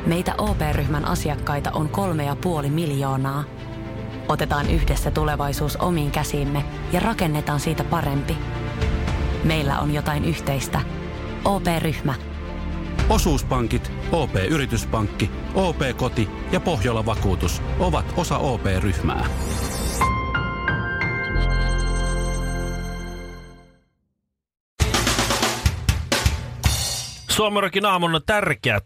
Meitä OP-ryhmän asiakkaita on 3,5 miljoonaa. Otetaan yhdessä tulevaisuus omiin käsiimme ja rakennetaan siitä parempi. Meillä on jotain yhteistä. OP-ryhmä. Osuuspankit, OP-yrityspankki, OP-koti ja Pohjola-vakuutus ovat osa OP-ryhmää. Suomirokin aamun on tärkeät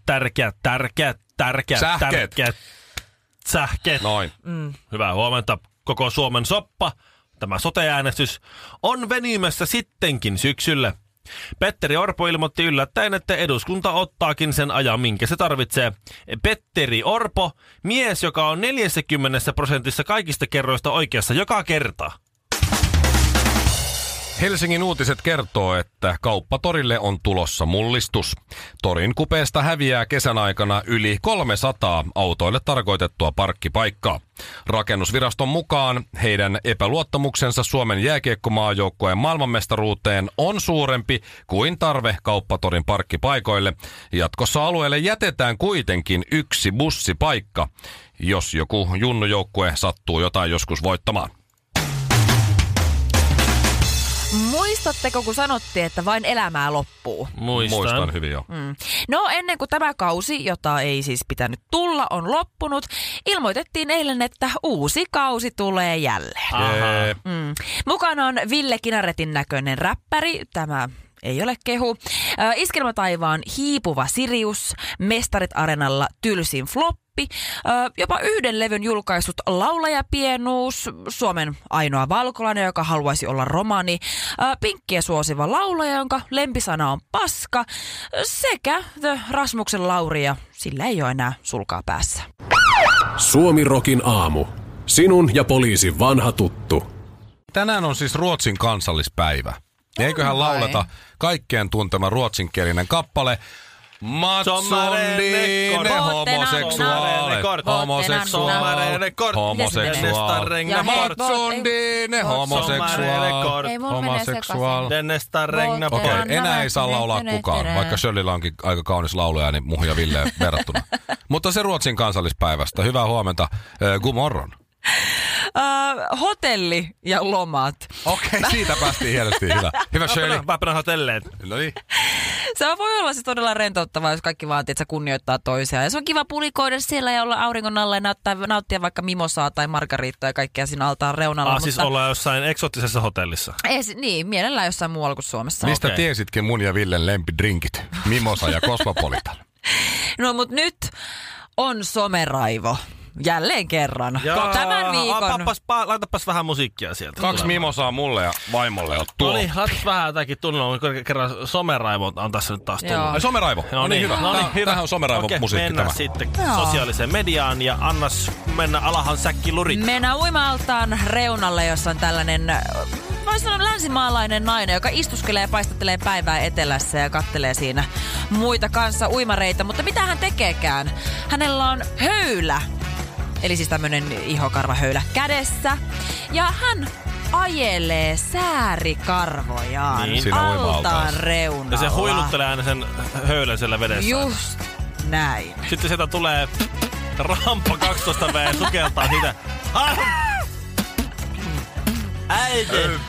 sähkeet. Noin. Hyvää huomenta. Koko Suomen soppa, tämä sote-äänestys, on venymässä sittenkin syksylle. Petteri Orpo ilmoitti yllättäen, että eduskunta ottaakin sen ajan, minkä se tarvitsee. Petteri Orpo, mies, joka on 40% kaikista kerroista oikeassa joka kerta. Helsingin Uutiset kertoo, että Kauppatorille on tulossa mullistus. Torin kupeesta häviää kesän aikana yli 300 autoille tarkoitettua parkkipaikkaa. Rakennusviraston mukaan heidän epäluottamuksensa Suomen jääkiekkomaajoukkueen maailmanmestaruuteen on suurempi kuin tarve Kauppatorin parkkipaikoille. Jatkossa alueelle jätetään kuitenkin yksi bussipaikka, jos joku junnujoukkue sattuu jotain joskus voittamaan. Muistatteko, kun sanottiin, että vain elämää loppuu? Muistan hyvin jo. No ennen kuin tämä kausi, jota ei siis pitänyt tulla, on loppunut, ilmoitettiin eilen, että uusi kausi tulee jälleen. Mukana on Ville Kinaretin näköinen räppäri, tämä ei ole kehu. Iskelmätaivaan hiipuva Sirius, Mestarit Areenalla tylsin floppi, jopa yhden levyn julkaissut laulajapienuus, Suomen ainoa valkolainen, joka haluaisi olla romani, Pinkkiä suosiva laulaja, jonka lempisana on paska, sekä Rasmuksen Lauri, ja sillä ei ole enää sulkaa päässä. Suomirokin aamu. Sinun ja poliisin vanha tuttu. Tänään on siis Ruotsin kansallispäivä. Eiköhän lauleta kaikkien tuntema ruotsinkielinen kappale Mats Sundin homoseksuaalit. Homoseksuaalit. Mats Sundin homoseksuaalit. Okei, enää ei saa laulaa kukaan, vaikka Shirleyllä onkin aika kaunis lauluja, niin muhun ja Villeen verrattuna. Mutta se Ruotsin kansallispäivästä. Hyvää huomenta. God morgon. Hotelli ja lomat. Okei, siitä päästiin hienosti. Hyvä Shirley. Päppänä hotelleen. No niin. Se voi olla siis todella rentouttavaa, jos kaikki vaatii, että se kunnioittaa toisiaan. Ja se on kiva pulikoida siellä ja olla auringon alla ja nauttia vaikka mimosaa tai margariittaa ja kaikkea siinä altaan reunalla. Mutta siis ollaan jossain eksoottisessa hotellissa. Niin, mielellään jossain muualla kuin Suomessa. Mistä tiesitkin mun ja Villen lempidrinkit? Mimosa ja Cosmopolitan. No mut nyt on someraivo. Jälleen kerran. Tämän viikon. Laitapas vähän musiikkia sieltä. 2 mimosaa mulle ja vaimolle on tuo. No niin, laitapas vähän jotakin tunnelmaa, kun kerran someraivo on tässä nyt taas tullut. Ai someraivo? No niin, hyvä. Tämähän on someraivo musiikki tämä. Mennään sitten sosiaaliseen mediaan ja annas mennä alahan säkki lurit. Mennään uima-altaan reunalle, jossa on tällainen, voisi sanoa länsimaalainen nainen, joka istuskelee ja paistattelee päivää etelässä ja kattelee siinä muita kanssa uimareita. Mutta mitä hän tekeekään? Hänellä on höylä. Eli siis tämmönen ihokarvahöylä kädessä. Ja hän ajelee säärikarvojaan altaan reunalla. Ja se huiluttelee aina sen höylän siellä vedessä. Just näin. Sitten sieltä tulee rampa 12V ja sukeltaa siitä. Äiti!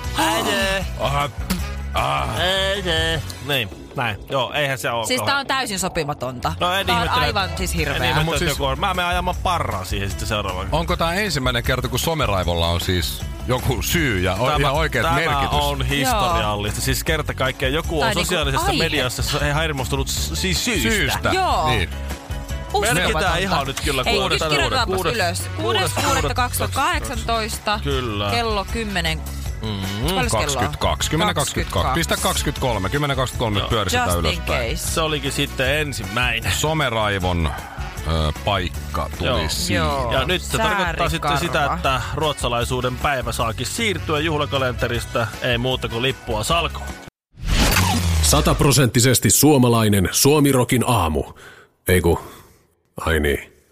Niin, näin. Joo, eihän se ole. Siis tää on täysin sopimatonta. No, en tää on aivan siis hirveä. Mä menen ajamaan parraa siihen sitten seuraavaksi. Onko tää ensimmäinen kerta, kun someraivolla on siis joku syy ja ihan oikeat merkitys? Tämä on historiallista. Joo. Siis kerta kaikkiaan joku on sosiaalisessa mediassa hermostunut siis syystä. Joo. Niin. Merkitään ihan nyt kyllä. Hei, nyt kirjoitetaanpas ylös. 6.6.2018. Kyllä. Kello 10. 22. Pistä 23. 10.23 pyöristetään ylöspäin. Se olikin sitten ensimmäinen. Someraivon paikka tuli siinä. Ja nyt se tarkoittaa sitten sitä, että ruotsalaisuuden päivä saakin siirtyä juhlakalenterista. Ei muuta kuin lippua salkoon. 100% suomalainen Suomirokin aamu. Eiku, ai niin.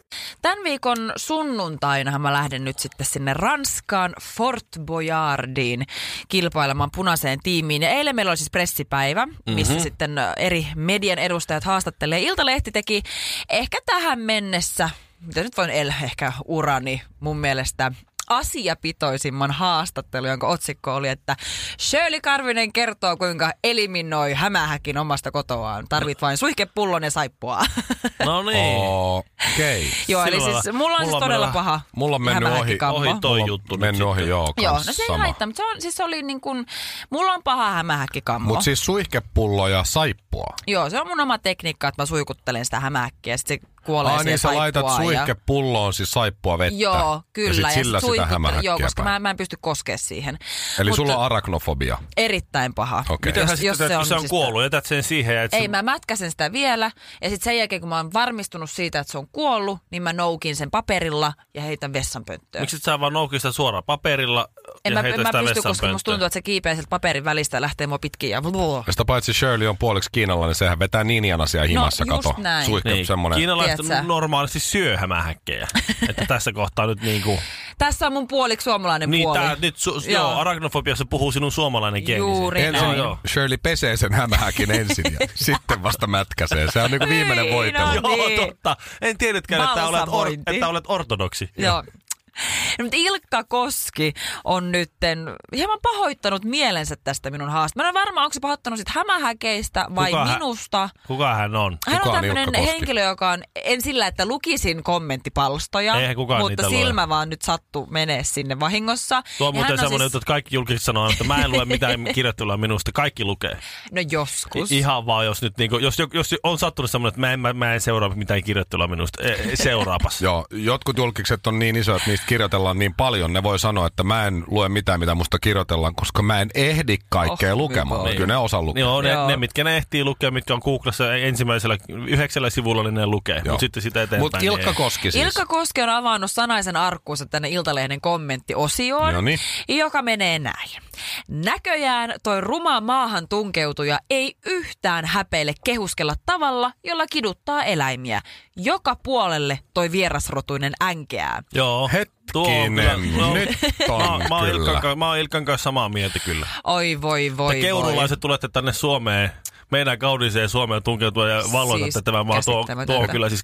Tämän viikon sunnuntaina mä lähden nyt sitten sinne Ranskaan Fort Boyardiin kilpailemaan punaiseen tiimiin. Ja eilen meillä oli siis pressipäivä, missä sitten eri median edustajat haastattelee. Iltalehti teki ehkä tähän mennessä, mitä nyt voin ehkä urani mun mielestä, asiapitoisimman haastattelu, jonka otsikko oli, että Shirley Karvinen kertoo, kuinka eliminoi hämähäkin omasta kotoaan. Tarvit vain suihkepullon ja saippua. No niin. Okei. Joo, eli siis mulla on siis todella paha mulla on mennyt Ohi toi juttu. Mennyt ohi, joo, no se ei haittaa, mutta se oli niin kuin, mulla on paha hämähäkkikammo. Mutta siis suihkepullo ja saippua. Joo, se on mun oma tekniikka, että mä suikuttelen sitä hämähäkkiä ja sitten se kuolee siihen niin sä laitat suihkepulloon siis saippua vettä. Joo, kyllä. Ja sit sillä sitä hämähäkkiä. Joo, koska mä en pysty koskemaan siihen. Eli sulla on arachnofobia? Erittäin paha. Okay. Mitähän sitten, kun se on kuollut, jätät sen siihen? Ei, mä mätkäsen sitä vielä. Ja sitten sen jälkeen, kun mä oon varmistunut siitä, että se on kuollut, niin mä noukin sen paperilla ja heitän vessanpönttöön. Miksi et sä vaan noukin sitä suoraan paperilla ja heitä sitä pysty, koska musta tuntuu, että se kiipeää sieltä paperin välistä ja lähtee mua pitkin. Ja sitä paitsi Shirley on puoliksi kiinalainen, sehän vetää Ninjan asiaa himassa, kato. Niin. Kiinalaiset normaalisti syö hämähäkkejä. Että tässä kohtaa nyt niinku... Tässä on mun puoliksi suomalainen puoli. Joo, arachnofobiassa puhuu sinun suomalainen kieli. Juuri näin. Shirley pesee sen hämähäkin ensin ja sitten vasta mätkäsee. Se on niinku viimeinen voitelu. Joo, totta. En tiennytkään, että olet ortodoksi. Joo. Mutta Ilkka Koski on nyt hieman pahoittanut mielensä tästä minun haasteesta. Mä en ole varma, onko se pahoittanut sit hämähäkeistä vai minusta. Kuka hän on? Hän on tämmöinen henkilö, joka on, en sillä, että lukisin kommenttipalstoja, mutta silmä vaan nyt sattuu menee sinne vahingossa. Tuo on muuten semmoinen juttu, että kaikki julkiset sanoo, että mä en lue mitään kirjoittelua minusta, kaikki lukee. No joskus. Ihan vaan, jos nyt niinku, jos on sattunut semmoinen, että mä en seuraa mitään kirjoittelua minusta, seuraapas. Joo, jotkut julkiset on niin iso, että niistä kirjoitellaan niin paljon, ne voi sanoa, että mä en lue mitään, mitä musta kirjoitellaan, koska mä en ehdi kaikkea lukemaan. Niin. Kyllä ne osaa lukea. Joo, ne mitkä ne ehtii lukea, mitkä on Googlessa ensimmäisellä 9 sivulla, niin ne lukee. Mutta sitten sitä eteenpäin. Mutta Ilkka Koski siis. Ilkka Koski on avannut sanaisen arkkuunsa tänne Iltalehden kommenttiosioon, joka menee näin. Näköjään toi ruma maahan tunkeutuja ei yhtään häpeile kehuskella tavalla, jolla kiduttaa eläimiä. Joka puolelle toi vierasrotuinen änkeää. Joo. Hetkinen, nyt on kyllä. Mä oon Ilkan kanssa samaa mieltä kyllä. Oi voi. Te keurulaiset tulette tänne Suomeen, meidän kauniiseen Suomeen tunkeutua ja valloitatte siis tämän maan. Tuo on kyllä siis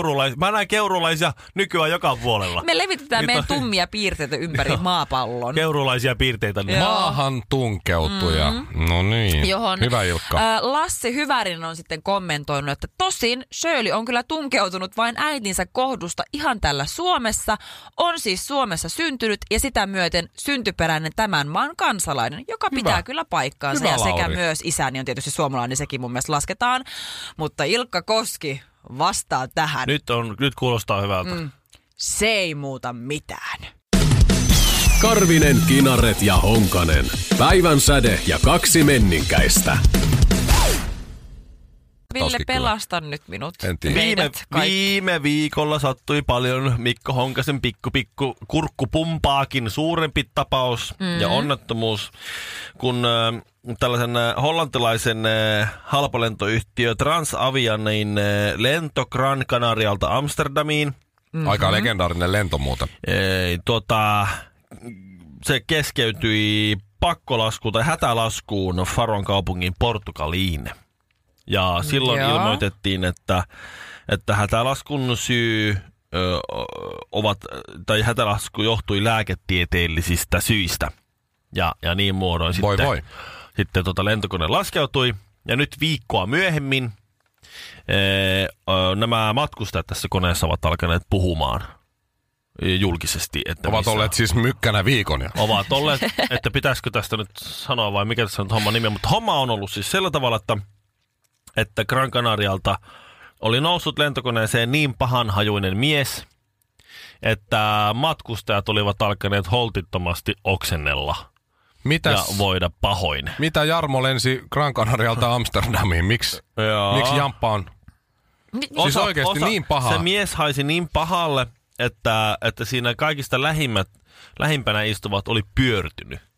mä näen keurulaisia nykyään joka puolella. Me levitetään meidän tummia piirteitä ympäri maapallon. Keurulaisia piirteitä. Maahan tunkeutuja. No niin, johon hyvä Ilkka. Lassi Hyvärinen on sitten kommentoinut, että tosin Shirley on kyllä tunkeutunut vain äitinsä kohdusta ihan täällä Suomessa. On siis Suomessa syntynyt ja sitä myöten syntyperäinen tämän maan kansalainen, joka pitää kyllä paikkaansa. Hyvä, ja sekä Lauri. myös isäni on tietysti suomalainen, niin sekin mun mielestä lasketaan. Mutta Ilkka Koski vastaa tähän. Nyt kuulostaa hyvältä. Se ei muuta mitään. Karvinen, Kinaret ja Honkanen. Päivän säde ja 2 menninkäistä. Ville, pelasta nyt minut. Viime viikolla sattui paljon Mikko Honkasen pikku kurkkupumpaakin suurempi tapaus ja onnettomuus, kun tällaisen hollantilaisen halpalentoyhtiö Transavianin lento Gran Canarialta Amsterdamiin. Aika legendaarinen lento muuten. Se keskeytyi pakkolaskuun tai hätälaskuun Faron kaupungin Portugaliin. Ja silloin ilmoitettiin, että hätälaskun syy hätälasku johtui lääketieteellisistä syistä. Ja niin muodoin sitten lentokone laskeutui. Ja nyt viikkoa myöhemmin nämä matkustajat tässä koneessa ovat alkaneet puhumaan julkisesti. Että ovat olleet siis mykkänä viikon. Ovat olleet, että pitäisikö tästä nyt sanoa vai mikä tässä on homman nimi. Mutta homma on ollut siis sillä tavalla, että Gran Canarialta oli noussut lentokoneeseen niin pahanhajuinen mies, että matkustajat olivat alkaneet holtittomasti oksennella ja voida pahoin. Mitä Jarmo lensi Gran Canarialta Amsterdamiin? Miksi jamppa on siis oikeasti niin paha? Se mies haisi niin pahalle, että siinä kaikista lähimpänä istuvat oli pyörtynyt.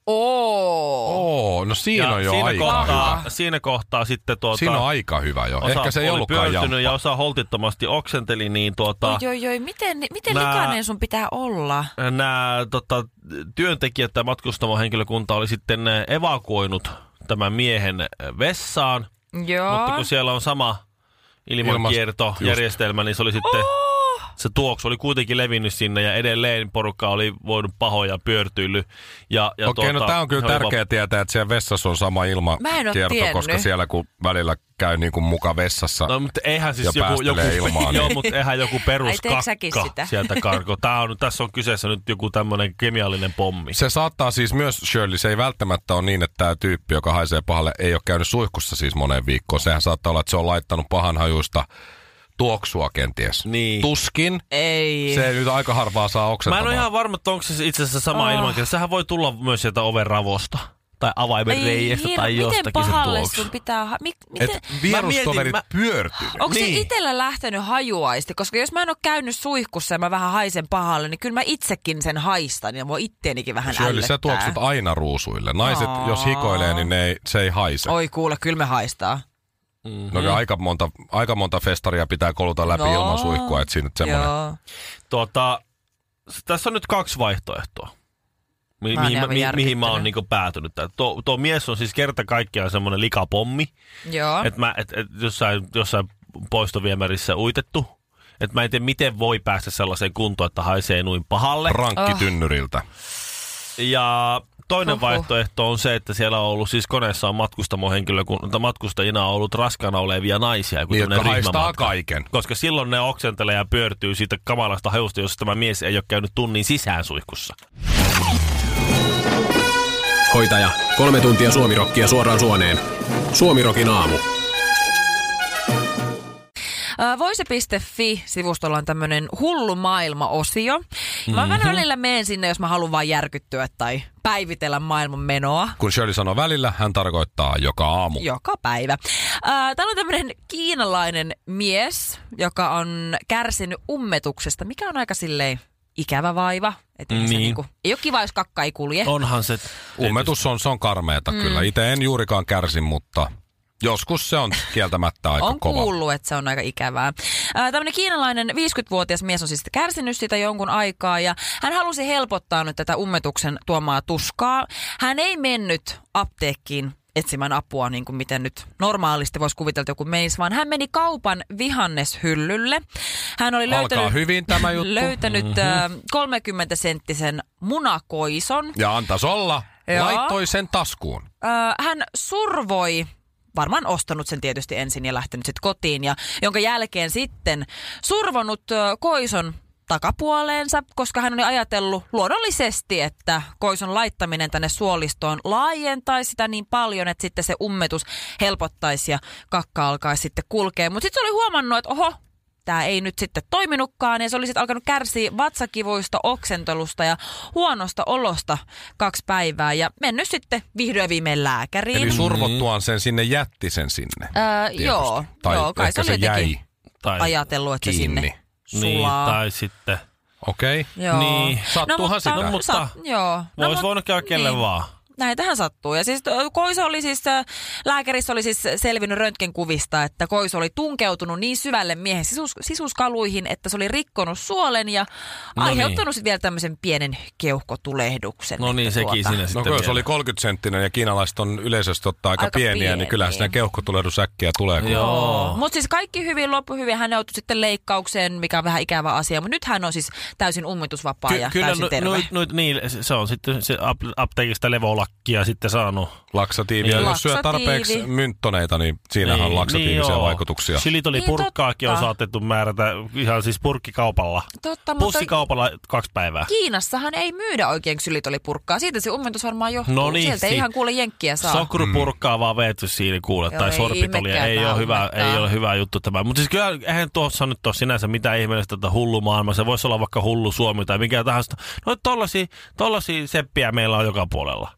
No siinä on jo aika hyvä. Siinä kohtaa sitten Siinä on aika hyvä jo. Ehkä se ei ollutkaan jamppa. Ja osa holtittomasti oksenteli, niin Miten likainen sun pitää olla? Nämä työntekijät ja matkustamohenkilökunta oli sitten evakuoinut tämän miehen vessaan. Joo. Mutta kun siellä on sama ilmankiertojärjestelmä, niin se oli sitten... Se tuoksu oli kuitenkin levinnyt sinne ja edelleen porukka oli voinut pahoja pyörtyily. Okei, no tää on kyllä tärkeää tietää, että siellä vessassa on sama ilmakierto, koska siellä kun välillä käy niin kuin muka vessassa mutta eihän siis ja päästelee ilmaa. Joo, mutta eihän joku peruskakka sieltä karko. Tässä on kyseessä nyt joku tämmöinen kemiallinen pommi. Se saattaa siis myös, Shirley, se ei välttämättä ole niin, että tämä tyyppi, joka haisee pahalle, ei ole käynyt suihkussa siis moneen viikkoon. Sehän saattaa olla, että se on laittanut pahanhajuista tuoksua kenties. Niin. Tuskin. Ei. Se nyt aika harvaa saa oksentamaan. Mä en ole ihan varma, että onko se itse asiassa sama ilmankin. Sehän voi tulla myös sieltä oven ravosta. Tai avaimen reiästä tai jostakin se tuoksu. Miten pahalle sun pitää... Et vierustoverit pyörtynyt. Onko se itsellä lähtenyt hajuaisti? Koska jos mä en ole käynyt suihkussa ja mä vähän haisen pahalle, niin kyllä mä itsekin sen haistan ja mua itteenikin vähän ällöttää. Sä tuoksut aina ruusuille. Naiset, jos hikoilee, niin se ei haise. Oi kuule, kyllä me haistaa. Mm-hmm. No aika monta festaria pitää koluta läpi ilman suihkua, että siinä nyt semmoinen. Tässä on nyt 2 vaihtoehtoa, mihin mä oon niinku päätynyt. Tuo mies on siis kerta kaikkiaan semmoinen likapommi, että jossain poistoviemärissä uitettu. Että mä en tiedä, miten voi päästä sellaiseen kuntoon, että haisee noin pahalle. Rankkitynnyriltä. Ja toinen vaihtoehto on se, että siellä on ollut siis koneessa on matkustajina on ollut raskaana olevia naisia. Niin, jotka haistaa kaiken. Koska silloin ne oksentelee ja pyörtyy siitä kamalasta hajusta, jos tämä mies ei ole käynyt tunnin sisään suihkussa. Hoitaja, 3 tuntia suomirokkia suoraan suoneen. Suomirokin aamu. Voise.fi-sivustolla on tämmöinen hullu maailma-osio. Mä aina välillä menen sinne, jos mä haluan vaan järkyttyä tai päivitellä maailman menoa. Kun Shirley sanoo välillä, hän tarkoittaa joka aamu. Joka päivä. Täällä on tämmöinen kiinalainen mies, joka on kärsinyt ummetuksesta, mikä on aika silleen ikävä vaiva. Että ei ole kiva, jos kakka ei kulje. Onhan se. Ummetus se on karmeeta kyllä. Itse en juurikaan kärsi, mutta... Joskus se on kieltämättä aika kova. On kuullut, että se on aika ikävää. Tämmöinen kiinalainen 50-vuotias mies on siis kärsinyt sitä jonkun aikaa ja hän halusi helpottaa nyt tätä ummetuksen tuomaa tuskaa. Hän ei mennyt apteekkiin etsimään apua, niin kuin miten nyt normaalisti voisi kuvitella, että joku menisi, vaan hän meni kaupan vihanneshyllylle. Hän oli löytänyt 30-senttisen munakoison. Ja antaisi olla. Laittoi sen taskuun. Hän survoi, varmaan ostanut sen tietysti ensin ja lähtenyt sitten kotiin, ja jonka jälkeen sitten survonut koison takapuoleensa, koska hän oli ajatellut luonnollisesti, että koison laittaminen tänne suolistoon laajentaisi sitä niin paljon, että sitten se ummetus helpottaisi ja kakka alkaisi sitten kulkea. Mutta sitten se oli huomannut, että tämä ei nyt sitten toiminutkaan, ja se oli sitten alkanut kärsiä vatsakivuista, oksentelusta ja huonosta olosta 2 päivää ja mennyt sitten vihdoin viimein lääkäriin. Eli survottuaan sen sinne jätti sen sinne. Joo, kai se oli jotenkin ajatellut, että kiinni. Se sinne sulaa. Niin, tai sitten. Okei. Niin, sattuuhan sitä. Mutta voisi voinut käydä kelle vaan. Näitähän sattuu. Ja siis koiso oli siis, lääkärissä oli siis selvinnyt röntgenkuvista, että koiso oli tunkeutunut niin syvälle miehen sisuskaluihin, että se oli rikkonut suolen ja aiheuttanut sitten vielä tämmöisen pienen keuhkotulehduksen. No niin, sekin siinä sitten. No kun se oli 30-senttinen ja kiinalaiset on yleisesti aika pieniä, niin kyllähän siinä keuhkotulehdusäkkiä tulee. Joo. Mutta siis kaikki hyvin, loppu hyvin. Hän joutui sitten leikkaukseen, mikä on vähän ikävä asia, mutta nyt hän on siis täysin ummitusvapaa ja täysin terve. Niin, se on sitten se apteekista levolakkia sitten saanut. Laksatiivia. Jos syö tarpeeksi mynttoneita, niin siinähän on laksatiivisia vaikutuksia. Silitolipurkkaakin on saatettu määrätä ihan siis purkkikaupalla. Totta, pussikaupalla 2 päivää. Kiinassahan ei myydä oikein silitolipurkkaa. Siitä se ummentus varmaan johtuu. No niin, sieltä ei ihan kuule jenkkiä saa. Sokrupurkkaa vaan veetty siinä kuule. Tai sorbitolia. Ei ole hyvä juttu tämä. Mutta siis kyllä eihän tuossa nyt ole sinänsä mitään ihmeellistä tätä hullu maailmaa. Se voisi olla vaikka hullu Suomi tai mikä tahansa. No tollasia seppiä meillä on joka puolella.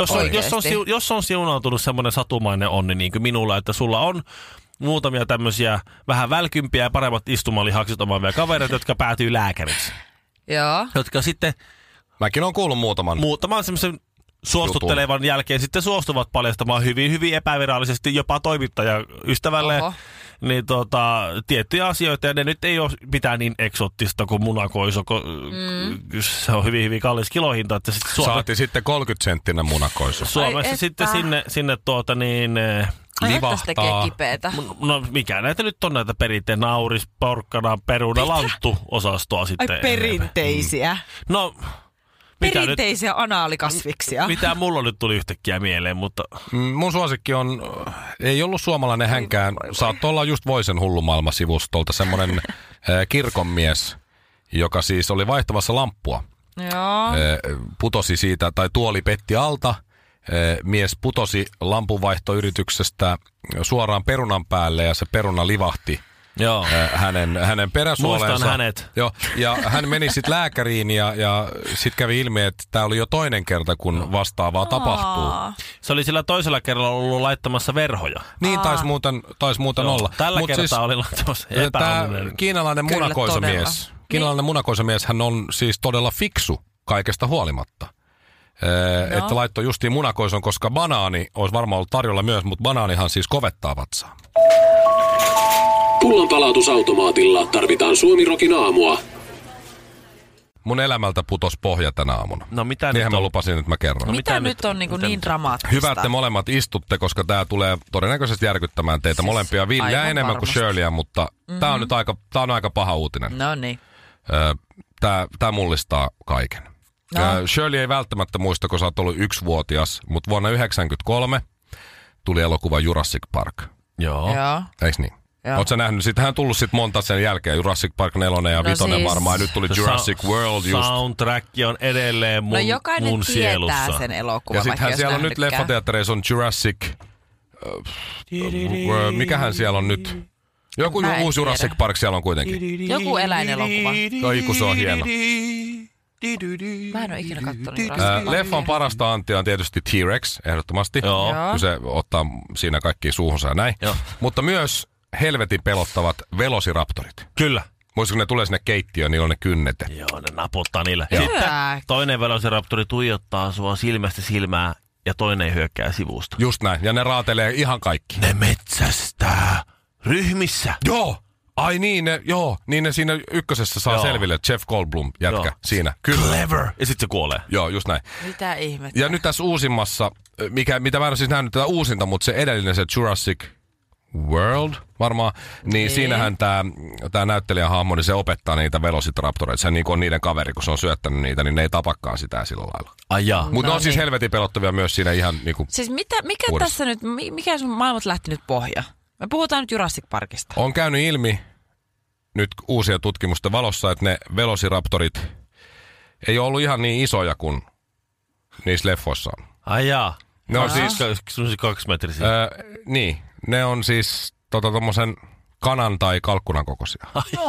Jos on siunautunut semmoinen satumainen onni niin kuin minulla, että sulla on muutamia tämmöisiä vähän välkympiä ja paremmat istumalihakset omaavia kavereita, jotka päätyy lääkäriksi. Joo. Jotka sitten... Mäkin olen kuullut muutaman. Muutaman semmoisen suostuttelevan jälkeen sitten suostuvat paljastamaan hyvin, hyvin epävirallisesti jopa toimittajaystävälle niin tiettyjä asioita, ja ne nyt ei ole mitään niin eksoottista kuin munakoiso. Se on hyvin, hyvin kallis kilohinta. Että Saati sitten 30-senttinen munakoiso. Suomessa sitten sinne livahtaa. Tekee kipeätä. No mikä näitä nyt on näitä perinteitä? Nauris, porkkana, peruna, lanttu-osastoa sitten. Ai perinteisiä. No... Perinteisiä anaalikasviksia. Mitä mulla nyt tuli yhtäkkiä mieleen, mutta... Mun suosikki on, ei ollut suomalainen hänkään, saattoi olla just Voisen hullumaailma-sivustolta semmoinen kirkonmies, joka siis oli vaihtamassa lamppua. Joo. Putosi siitä, tai tuoli petti alta. Mies putosi lampunvaihtoyrityksestä suoraan perunan päälle ja se peruna livahti. Joo. Hänen peräsuolensa. Muistan hänet. Joo, ja hän meni sitten lääkäriin ja sitten kävi ilmi, että tämä oli jo toinen kerta, kun vastaavaa tapahtuu. Se oli sillä toisella kerralla ollut laittamassa verhoja. Niin taisi muuten olla. Tällä kertaa oli laittamassa epäonninen. Kiinalainen munakoisomies, hän on siis todella fiksu kaikesta huolimatta. Että laittoi justiin munakoison, koska banaani olisi varmaan ollut tarjolla myös, mutta banaanihan siis kovettaa vatsaa. Pullonpalautusautomaatilla tarvitaan Suomi-rokin aamua. Mun elämältä putos pohja tänä aamuna. No mitä niinhän mä lupasin, että mä kerron. No, mitä nyt on niin dramaattista? Hyvä, että te molemmat istutte, koska tää tulee todennäköisesti järkyttämään teitä molempia. Villeä enemmän kuin Shirleyä, mutta tää on nyt aika paha uutinen. No niin. Tää mullistaa kaiken. No. Shirley ei välttämättä muista, kun sä oot ollut 1-vuotias, mutta vuonna 1993 tuli elokuva Jurassic Park. Joo. Eiks niin? Oot sä nähnyt? Sittenhän on tullut monta sen jälkeen. Jurassic Park 4 ja 5 siis, varmaan. Ja nyt tuli Jurassic World just. Soundtrack on edelleen mun sielussa. Jokainen tietää sen elokuvan. Ja sittenhän siellä on nyt leffateattereissa on Jurassic... mikähän siellä on nyt? Joku uusi Jurassic Park siellä on kuitenkin. Joku eläinelokuva. Kun se on hieno. Mä en ole ikinä kattonut leffan parasta antia on tietysti T-Rex, ehdottomasti. Joo. Kun se ottaa siinä kaikkia suuhunsa ja näin. Joo. Mutta myös helvetin pelottavat velociraptorit. Kyllä. Muistatko, kun ne tulee sinne keittiöön, niin on ne kynnet. Joo, ne napottaa niillä. Sitten toinen velociraptori tuijottaa sua silmästä silmään ja toinen hyökkää sivusta. Just näin. Ja ne raatelee ihan kaikki. Ne metsästää ryhmissä. Joo. Ai niin, ne siinä ykkösessä saa selville. Jeff Goldblum jätkä siinä. Kyllä. Clever. Ja sitten se kuolee. Joo, just näin. Mitä ihmettä. Ja nyt tässä uusimmassa, mitä mä en ole siis nähnyt tätä uusinta, mutta se edellinen, se Jurassic World varmaan, niin siinähän tämä näyttelijän hahmo, niin se opettaa niitä velociraptoreita. Se on niiden kaveri, kun se on syöttänyt niitä, niin ne ei tapakaan sitä sillä lailla. Ai jaa. Mutta ne on siis helvetin pelottavia myös siinä ihan niinku. Siis mikä tässä nyt, mikä sun maailmat lähti nyt pohja? Me puhutaan nyt Jurassic Parkista. On käynyt ilmi nyt uusia tutkimusten valossa, että ne velociraptorit ei ole ollut ihan niin isoja kuin niissä leffoissa on. Ai jaa. Ne on siis 2 metrisiä. Niin, ne on siis tommosen kanan tai kalkkunan kokoisia.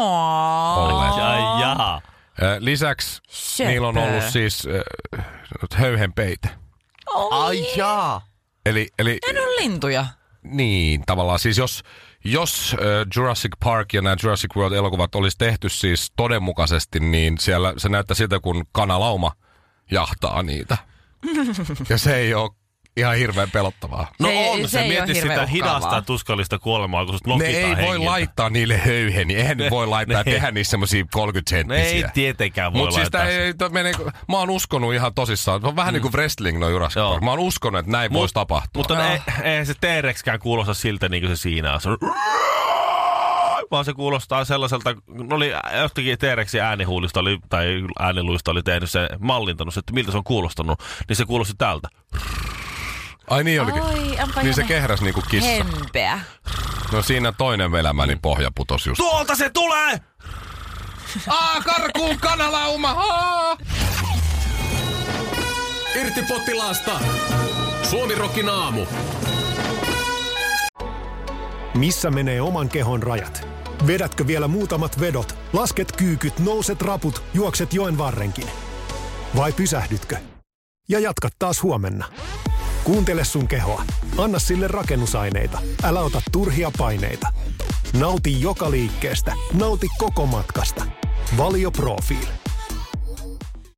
Ai jaa. Lisäksi niillä on ollut siis höyhenpeite. Ai jaa. Eli ne on lintuja. Niin, tavallaan siis jos Jurassic Park ja nämä Jurassic World-elokuvat olisi tehty siis todenmukaisesti, niin siellä se näyttää siltä, kun kanalauma jahtaa niitä. Ja se ei ole ihan hirveän pelottavaa. No on, se mietti sitä hidasta ja tuskallista kuolemaa, kun sut lokitaan hengiltä. Ne ei voi laittaa niille höyheniä, eihän ne voi laittaa ja tehdä niissä semmosia 30-senttisiä. Ne ei tietenkään voi laittaa. Mutta mä oon uskonut ihan tosissaan, vähän niin kuin wrestling no Jurassic Park. Mä oon uskonut, että näin voisi tapahtua. Mutta eihän se T-Rexkään kuulosta siltä niin kuin se siinä on. Vaan se kuulostaa sellaiselta, oli jostakin T-Rexin äänihuulista tai ääniluista oli tehnyt se mallintanut, että miltä se on kuulostanut, niin se kuulosti tältä. Ai niin olikin. Niin se kehräs niinku kissa. Hempeä. No siinä toinen elämäni pohja putos just. Tuolta se tulee! Karkuun kanalauma! Irti potilaasta! Suomi-rokin aamu. Missä menee oman kehon rajat? Vedätkö vielä muutamat vedot, lasket kyykyt, nouset raput, juokset joen varrenkin? Vai pysähdytkö? Ja jatkat taas huomenna. Kuuntele sun kehoa. Anna sille rakennusaineita. Älä ota turhia paineita. Nauti joka liikkeestä. Nauti koko matkasta. Valio Profiil.